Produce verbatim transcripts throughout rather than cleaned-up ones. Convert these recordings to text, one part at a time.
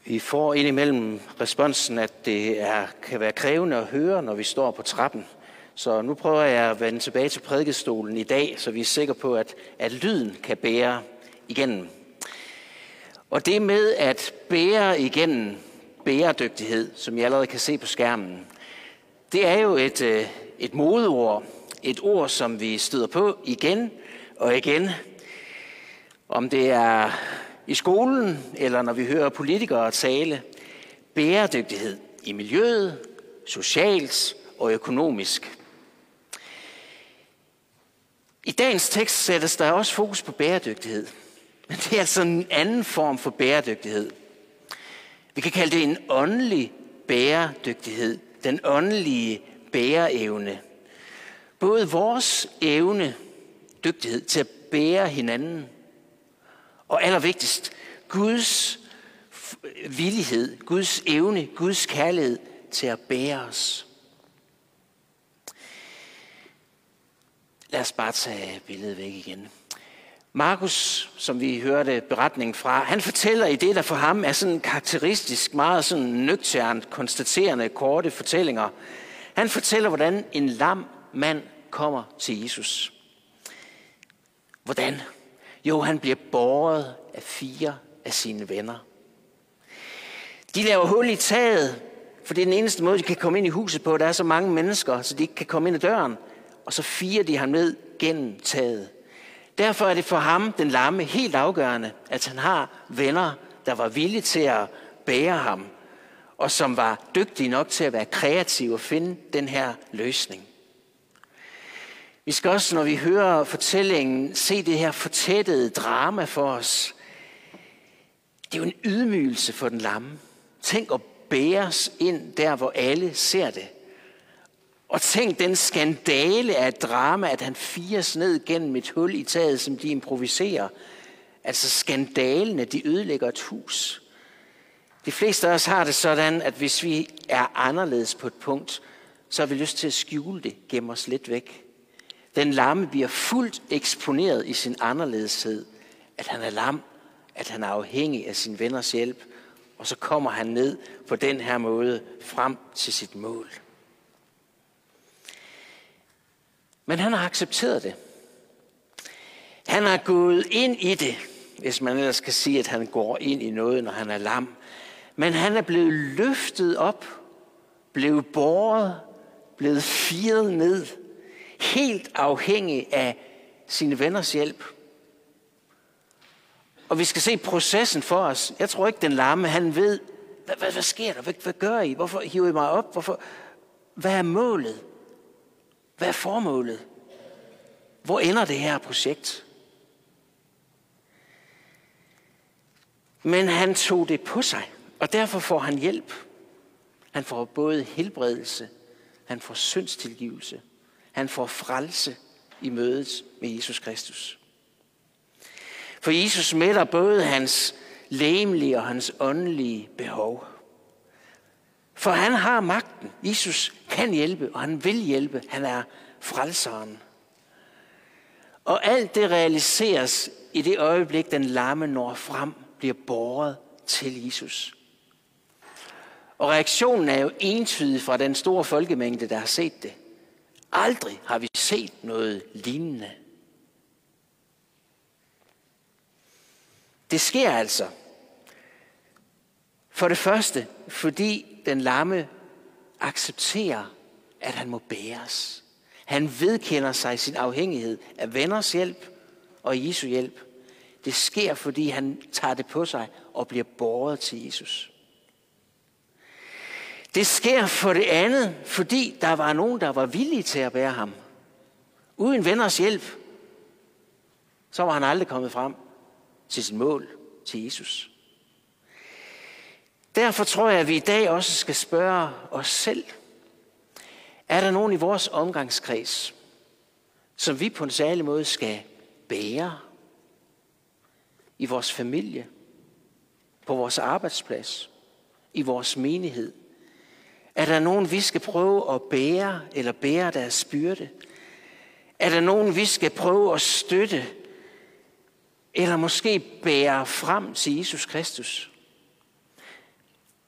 Vi får indimellem responsen, at det er, kan være krævende at høre, når vi står på trappen. Så nu prøver jeg at vende tilbage til prædikestolen i dag, så vi er sikre på, at, at lyden kan bære igennem. Og det med at bære igennem bæredygtighed, som I allerede kan se på skærmen, det er jo et, et modeord. Et ord, som vi støder på igen og igen. Om det er i skolen, eller når vi hører politikere tale. Bæredygtighed i miljøet, socialt og økonomisk. I dagens tekst sættes der også fokus på bæredygtighed. Men det er altså en anden form for bæredygtighed. Vi kan kalde det en åndelig bæredygtighed. Den åndelige bæreevne. Både vores evne, dygtighed til at bære hinanden, og allervigtigst, Guds villighed, Guds evne, Guds kærlighed til at bære os. Lad os bare tage billedet væk igen. Markus, som vi hørte beretningen fra, han fortæller i det, der for ham er sådan karakteristisk, meget sådan nøgternt, konstaterende, korte fortællinger. Han fortæller, hvordan en lam mand kommer til Jesus. Hvordan? Jo, han bliver båret af fire af sine venner. De laver hul i taget, for det er den eneste måde, de kan komme ind i huset på. Der er så mange mennesker, så de ikke kan komme ind ad døren. Og så firer de ham ned gennem taget. Derfor er det for ham, den lamme, helt afgørende, at han har venner, der var villige til at bære ham, og som var dygtige nok til at være kreative og finde den her løsning. Vi skal også, når vi hører fortællingen, se det her fortættede drama for os. Det er jo en ydmygelse for den lamme. Tænk at bæres ind der, hvor alle ser det. Og tænk den skandale af et drama, at han fires ned gennem et hul i taget, som de improviserer. Altså skandalene, de ødelægger et hus. De fleste af os har det sådan, at hvis vi er anderledes på et punkt, så har vi lyst til at skjule det, gemme os lidt væk. Den lamme bliver fuldt eksponeret i sin anderledeshed, at han er lam, at han er afhængig af sin venners hjælp, og så kommer han ned på den her måde frem til sit mål. Men han har accepteret det. Han har gået ind i det, hvis man ellers kan sige, at han går ind i noget, når han er lam. Men han er blevet løftet op, blevet båret, blevet firet ned, helt afhængig af sine venners hjælp. Og vi skal se processen for os. Jeg tror ikke, den lamme, han ved, hvad, hvad, hvad sker der? Hvad, hvad gør I? Hvorfor hiver I mig op? Hvorfor? Hvad er målet? Hvad er formålet? Hvor ender det her projekt? Men han tog det på sig, og derfor får han hjælp. Han får både helbredelse, han får syndstilgivelse, han får frelse i mødet med Jesus Kristus. For Jesus mætter både hans legemlige og hans åndelige behov. For han har magten. Jesus kan hjælpe, og han vil hjælpe. Han er frelseren. Og alt det realiseres i det øjeblik, den lamme når frem, bliver båret til Jesus. Og reaktionen er jo entydig fra den store folkemængde, der har set det. Aldrig har vi set noget lignende. Det sker altså. For det første, fordi den lamme accepterer, at han må bæres. Han vedkender sig sin afhængighed af venners hjælp og Jesu hjælp. Det sker, fordi han tager det på sig og bliver båret til Jesus. Det sker for det andet, fordi der var nogen, der var villige til at bære ham. Uden venners hjælp, så var han aldrig kommet frem til sit mål, til Jesus. Derfor tror jeg, at vi i dag også skal spørge os selv. Er der nogen i vores omgangskreds, som vi på en særlig måde skal bære? I vores familie, på vores arbejdsplads, i vores menighed? Er der nogen, vi skal prøve at bære eller bære deres byrde? Er der nogen, vi skal prøve at støtte eller måske bære frem til Jesus Kristus?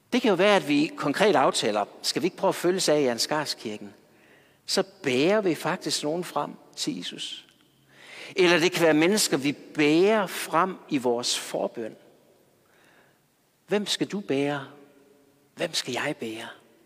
Det kan jo være, at vi konkret aftaler, skal vi ikke prøve at følge sig af i Ansgarskirken? Så bærer vi faktisk nogen frem til Jesus. Eller det kan være mennesker, vi bærer frem i vores forbøn. Hvem skal du bære? Hvem skal jeg bære?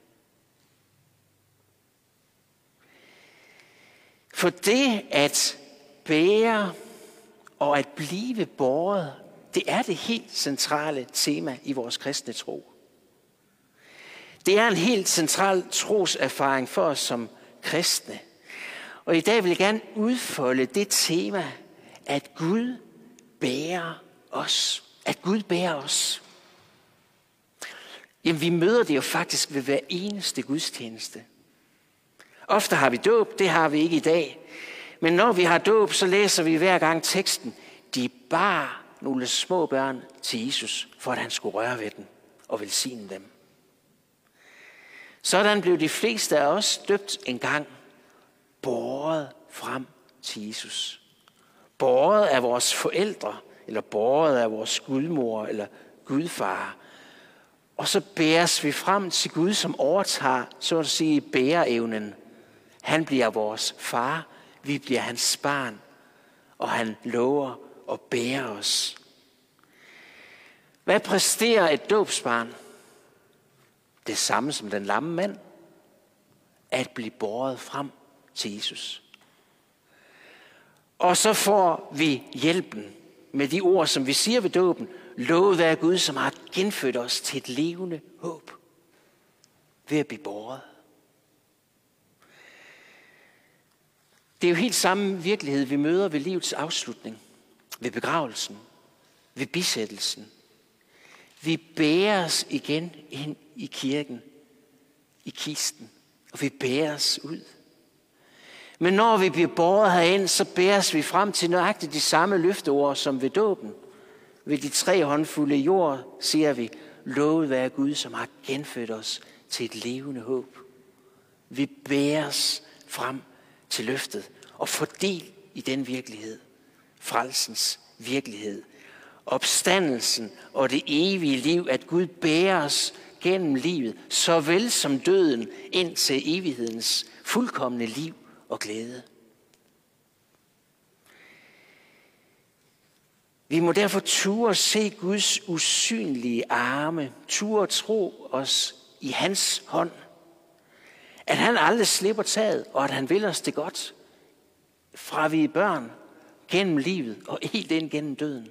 For det at bære og at blive båret, det er det helt centrale tema i vores kristne tro. Det er en helt central troserfaring for os som kristne. Og i dag vil jeg gerne udfolde det tema, at Gud bærer os. At Gud bærer os. Jamen, vi møder det jo faktisk ved hver eneste gudstjeneste. Ofte har vi dåb, det har vi ikke i dag. Men når vi har dåb, så læser vi hver gang teksten. De bar nogle små børn til Jesus, for at han skulle røre ved dem og velsigne dem. Sådan blev de fleste af os døbt en gang, båret frem til Jesus. Båret af vores forældre, eller båret af vores gudmor eller gudfar. Og så bæres vi frem til Gud, som overtager, så at sige, bæreevnen. Han bliver vores far, vi bliver hans barn, og han lover at bære os. Hvad præsterer et dåbsbarn? Det samme som den lamme mand. At blive båret frem til Jesus. Og så får vi hjælpen med de ord, som vi siger ved dåben. Lovet være Gud, som har genfødt os til et levende håb. Ved at blive båret. Det er jo helt samme virkelighed, vi møder ved livets afslutning. Ved begravelsen. Ved bisættelsen. Vi bæres igen ind i kirken. I kisten. Og vi bæres ud. Men når vi bliver båret herind, så bæres vi frem til nøjagtigt de samme løfteord som ved dåben. Ved de tre håndfulde jord siger vi, lovet være Gud, som har genfødt os til et levende håb. Vi bæres frem til løftet og får del i den virkelighed. Frelsens virkelighed. Opstandelsen og det evige liv, at Gud bærer os gennem livet, såvel som døden ind til evighedens fuldkomne liv og glæde. Vi må derfor ture se Guds usynlige arme, ture tro os i hans hånd. At han aldrig slipper taget, og at han vil os det godt, fra vi er børn, gennem livet og helt ind gennem døden.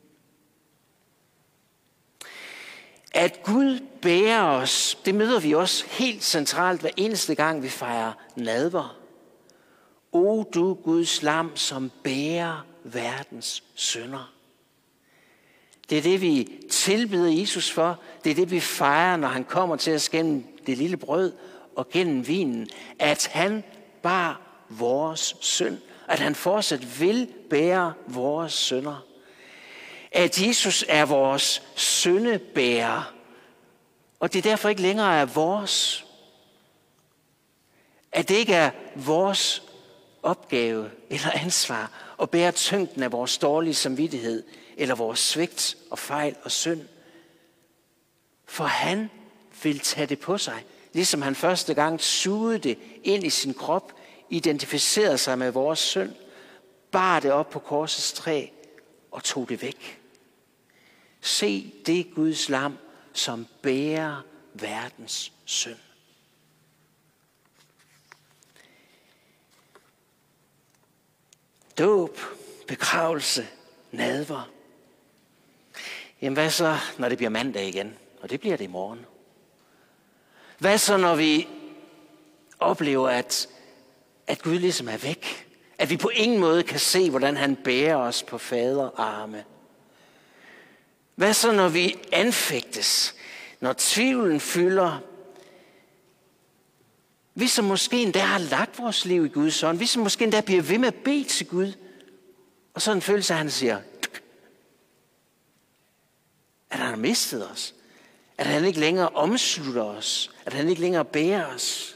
At Gud bærer os, det møder vi også helt centralt hver eneste gang, vi fejrer nadver. O du Guds lam, som bærer verdens synder. Det er det, vi tilbeder Jesus for. Det er det, vi fejrer, når han kommer til os gennem det lille brød og gennem vinen. At han bar vores synd. At han fortsat vil bære vores synder. At Jesus er vores syndebærer. Og det er derfor ikke længere er vores. At det ikke er vores opgave eller ansvar at bære tyngden af vores dårlige samvittighed eller vores svigt og fejl og synd. For han vil tage det på sig, ligesom han første gang sugede det ind i sin krop, identificerede sig med vores synd, bar det op på korsets træ og tog det væk. Se det Guds lam, som bærer verdens synd. Dåb, begravelse, nadver. Jamen hvad så, når det bliver mandag igen? Og det bliver det i morgen. Hvad så, når vi oplever, at, at Gud ligesom er væk? At vi på ingen måde kan se, hvordan han bærer os på faderarme? Hvad så, når vi anfægtes? Når tvivlen fylder? Vi som måske endda har lagt vores liv i Guds hånd. Vi som måske endda bliver ved med at bede til Gud. Og så en følelse af, at han siger, at han har mistet os. At han ikke længere omslutter os. At han ikke længere bærer os.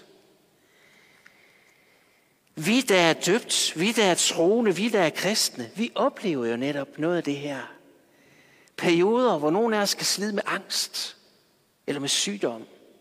Vi, der er døbt, vi, der er troende, vi, der er kristne, vi oplever jo netop noget af det her. Perioder, hvor nogen af os kan slide med angst. eller med sygdom.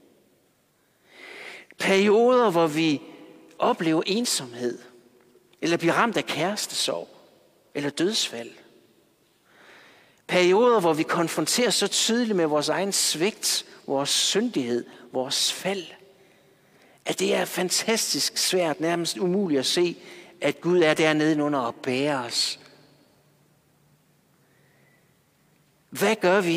Perioder, hvor vi oplever ensomhed, eller bliver ramt af kærestesorg, eller dødsfald. Perioder, hvor vi konfronterer så tydeligt med vores egen svigt, vores syndighed, vores fald, at det er fantastisk svært, nærmest umuligt at se, at Gud er dernede under og bærer os. Hvad gør vi,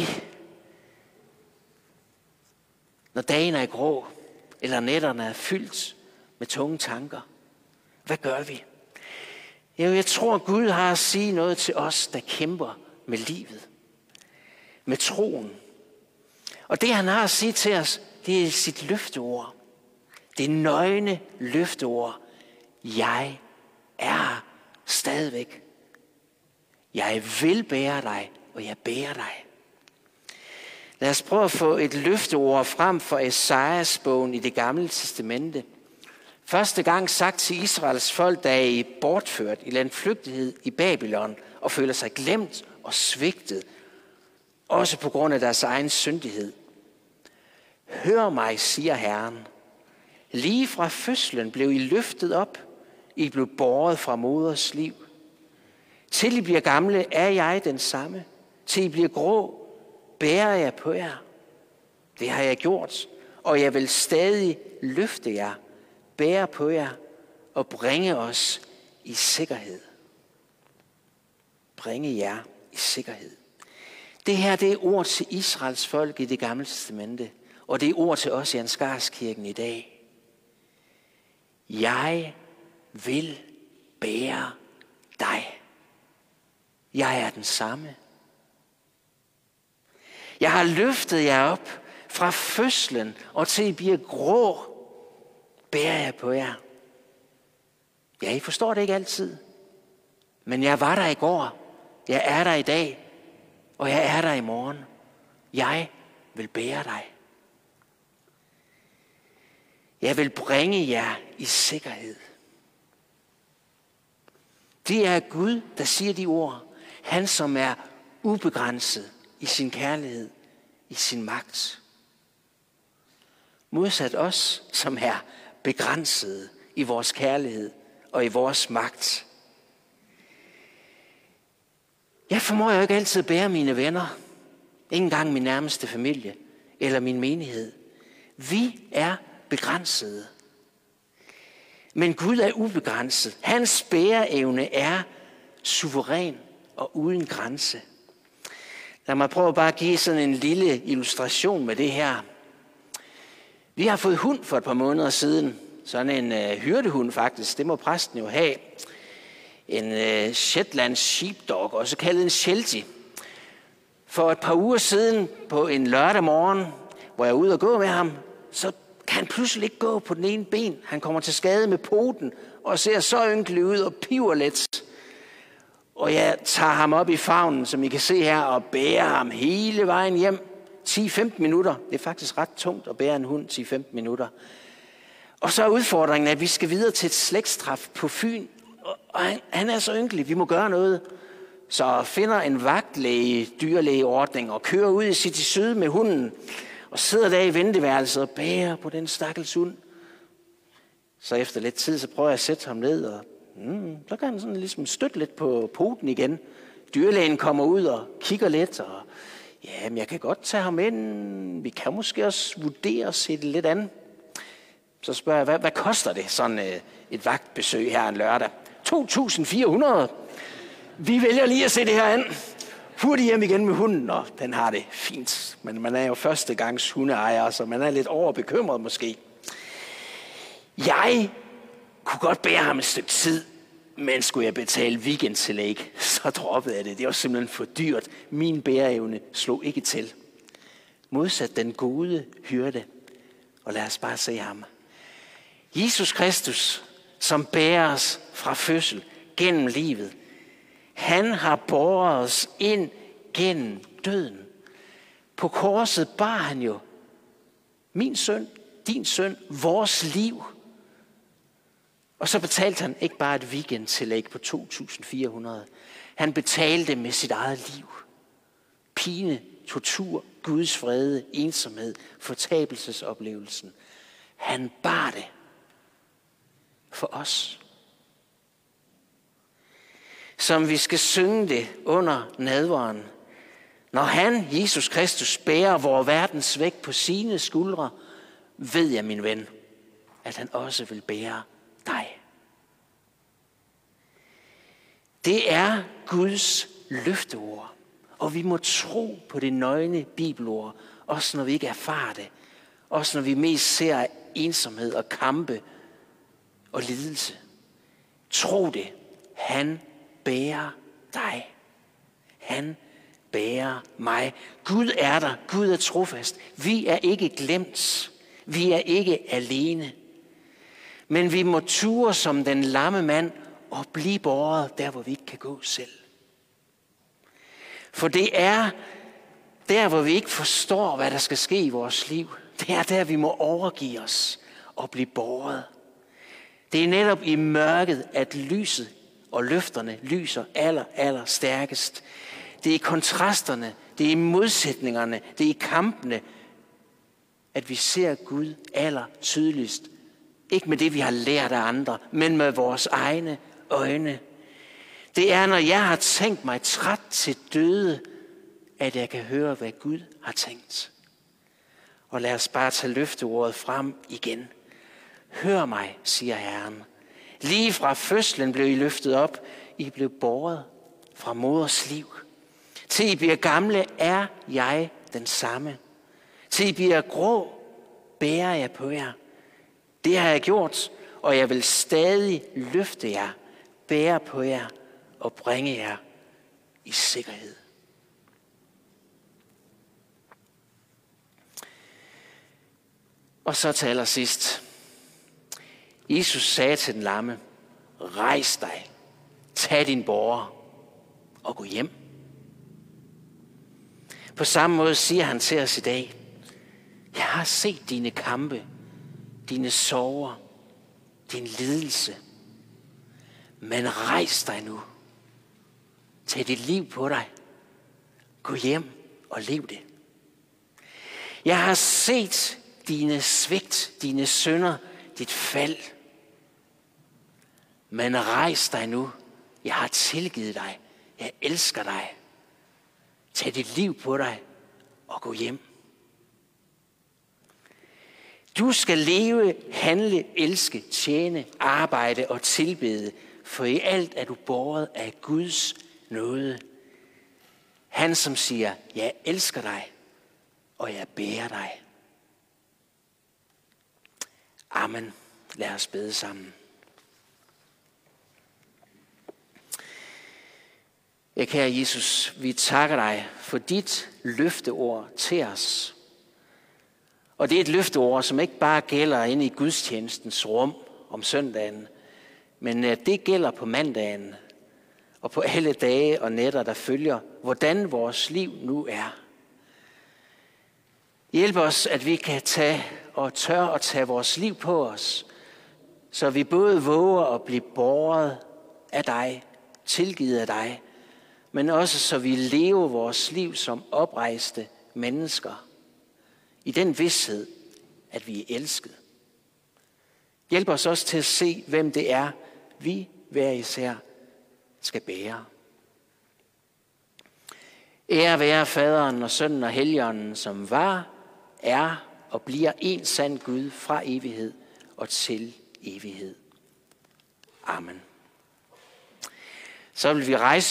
når dagen er grå, eller nætterne er fyldt med tunge tanker? Hvad gør vi? Jo, jeg tror, Gud har at sige noget til os, der kæmper med livet, med troen. Og det, han har at sige til os, det er sit løfteord. Det nøgne løfteord. Jeg er stadigvæk. Jeg vil bære dig, og jeg bærer dig. Lad os prøve at få et løfteord frem for Esajas bogen i Det Gamle Testamente. Første gang sagt til Israels folk, der er bortført i landflygtighed i Babylon og føler sig glemt og svigtet, også på grund af deres egen syndighed. Hør mig, siger Herren. Lige fra fødslen blev I løftet op. I blev båret fra moders liv. Til I bliver gamle, er jeg den samme. Til I bliver grå, bærer jeg på jer. Det har jeg gjort, og jeg vil stadig løfte jer, bære på jer og bringe os i sikkerhed. Bringe jer i sikkerhed. Det her, det er ord til Israels folk i Det Gamle Testamente, og det er ord til os i Ansgarskirken i dag. Jeg vil bære dig. Jeg er den samme. Jeg har løftet jer op fra fødslen, og til I bliver grå, bærer jeg på jer. Ja, I forstår det ikke altid. Men jeg var der i går. Jeg er der i dag. Og jeg er der i morgen. Jeg vil bære dig. Jeg vil bringe jer i sikkerhed. Det er Gud, der siger de ord. Han, som er ubegrænset i sin kærlighed, i sin magt. Modsat os, som er begrænsede i vores kærlighed og i vores magt. Jeg formår jo ikke altid at bære mine venner, ikke engang min nærmeste familie eller min menighed. Vi er begrænsede. Men Gud er ubegrænset. Hans bæreevne er suveræn og uden grænse. Lad mig prøve bare at give sådan en lille illustration med det her. Vi har fået hund for et par måneder siden. Sådan en øh, hyrdehund faktisk. Det må præsten jo have. En øh, Shetland Sheepdog, også kaldet en Sheltie. For et par uger siden på en lørdag morgen, hvor jeg er ude og gå med ham, så kan han pludselig ikke gå på den ene ben. Han kommer til skade med poten og ser så ynkelig ud og piver lidt. Og jeg tager ham op i favnen, som I kan se her, og bærer ham hele vejen hjem. ti til femten minutter. Det er faktisk ret tungt at bære en hund ti til femten minutter. Og så er udfordringen, at vi skal videre til et slægtstræf på Fyn. Og han, han er så ynkelig, vi må gøre noget. Så finder en vagtlæge, dyrlægeordning og kører ud i City Syd med hunden. Og sidder der i venteværelset og bærer på den stakkels hund. Så efter lidt tid, så prøver jeg at sætte ham ned, og mm, så kan han sådan ligesom støtte lidt på poten igen. Dyrlægen kommer ud og kigger lidt, og jamen, jeg kan godt tage ham ind. Vi kan måske også vurdere og se det lidt an. Så spørger jeg, hvad, hvad koster det, sådan øh, et vagtbesøg her en lørdag? to tusind fire hundrede. Vi vælger lige at se det her an. Hurtigt hjem igen med hunden, og den har det fint. Men man er jo førstegangs hundeejer, så man er lidt overbekymret måske. Jeg kunne godt bære ham et stykke tid, men skulle jeg betale weekendtillæg, så droppede jeg det. Det var simpelthen for dyrt. Min bæreevne slog ikke til. Modsat den gode hyrde. Og lad os bare se ham. Jesus Kristus, som bærer os fra fødsel gennem livet. Han har båret os ind gennem døden. På korset bar han jo min søn, din søn, vores liv. Og så betalte han ikke bare et weekendtillæg på to tusind fire hundrede. Han betalte med sit eget liv. Pine tortur, Guds vrede, ensomhed, fortabelsesoplevelsen. Han bar det for os. Som vi skal synge det under nadveren. Når han, Jesus Kristus, bærer vores verdens vægt på sine skuldre, ved jeg, min ven, at han også vil bære dig. Det er Guds løfteord, og vi må tro på det nøgne bibelord, også når vi ikke erfarer det, også når vi mest ser ensomhed og kampe og lidelse. Tro det, han bærer dig. Han bærer mig. Gud er der, Gud er trofast. Vi er ikke glemt, vi er ikke alene. Men vi må ture som den lamme mand og blive båret der, hvor vi ikke kan gå selv. For det er der, hvor vi ikke forstår, hvad der skal ske i vores liv. Det er der, vi må overgive os og blive båret. Det er netop i mørket, at lyset og løfterne lyser aller, aller stærkest. Det er i kontrasterne, det er i modsætningerne, det er i kampene, at vi ser Gud aller tydeligst. Ikke med det, vi har lært af andre, men med vores egne øjne. Det er, når jeg har tænkt mig træt til døde, at jeg kan høre, hvad Gud har tænkt. Og lad os bare tage løfteordet frem igen. Hør mig, siger Herren. Lige fra fødslen blev I løftet op. I blev båret fra moders liv. Til I bliver gamle, er jeg den samme. Til I bliver grå, bærer jeg på jer. Det har jeg gjort, og jeg vil stadig løfte jer, bære på jer og bringe jer i sikkerhed. Og så til allersidst. Jesus sagde til den lamme, rejs dig, tag din båre og gå hjem. På samme måde siger han til os i dag, jeg har set dine kampe, dine sorger, din lidelse. Men rejs dig nu. Tag dit liv på dig. Gå hjem og lev det. Jeg har set dine svigt, dine synder, dit fald. Men rejs dig nu. Jeg har tilgivet dig. Jeg elsker dig. Tag dit liv på dig og gå hjem. Du skal leve, handle, elske, tjene, arbejde og tilbede, for i alt er du båret af Guds nåde. Han som siger, jeg elsker dig, og jeg bærer dig. Amen. Lad os bede sammen. Ja, kære Jesus, vi takker dig for dit løfteord til os. Og det er et løfteord, som ikke bare gælder inde i gudstjenestens rum om søndagen, men det gælder på mandagen og på alle dage og nætter, der følger, hvordan vores liv nu er. Hjælp os, at vi kan tage og tør at tage vores liv på os, så vi både våger at blive båret af dig, tilgivet af dig, men også så vi lever vores liv som oprejste mennesker, i den vidsthed, at vi er elsket. Hjælp os også til at se, hvem det er, vi hver især skal bære. Ære være Faderen og Sønnen og Helligånden, som var, er og bliver en sand Gud fra evighed og til evighed. Amen. Så vil vi rejse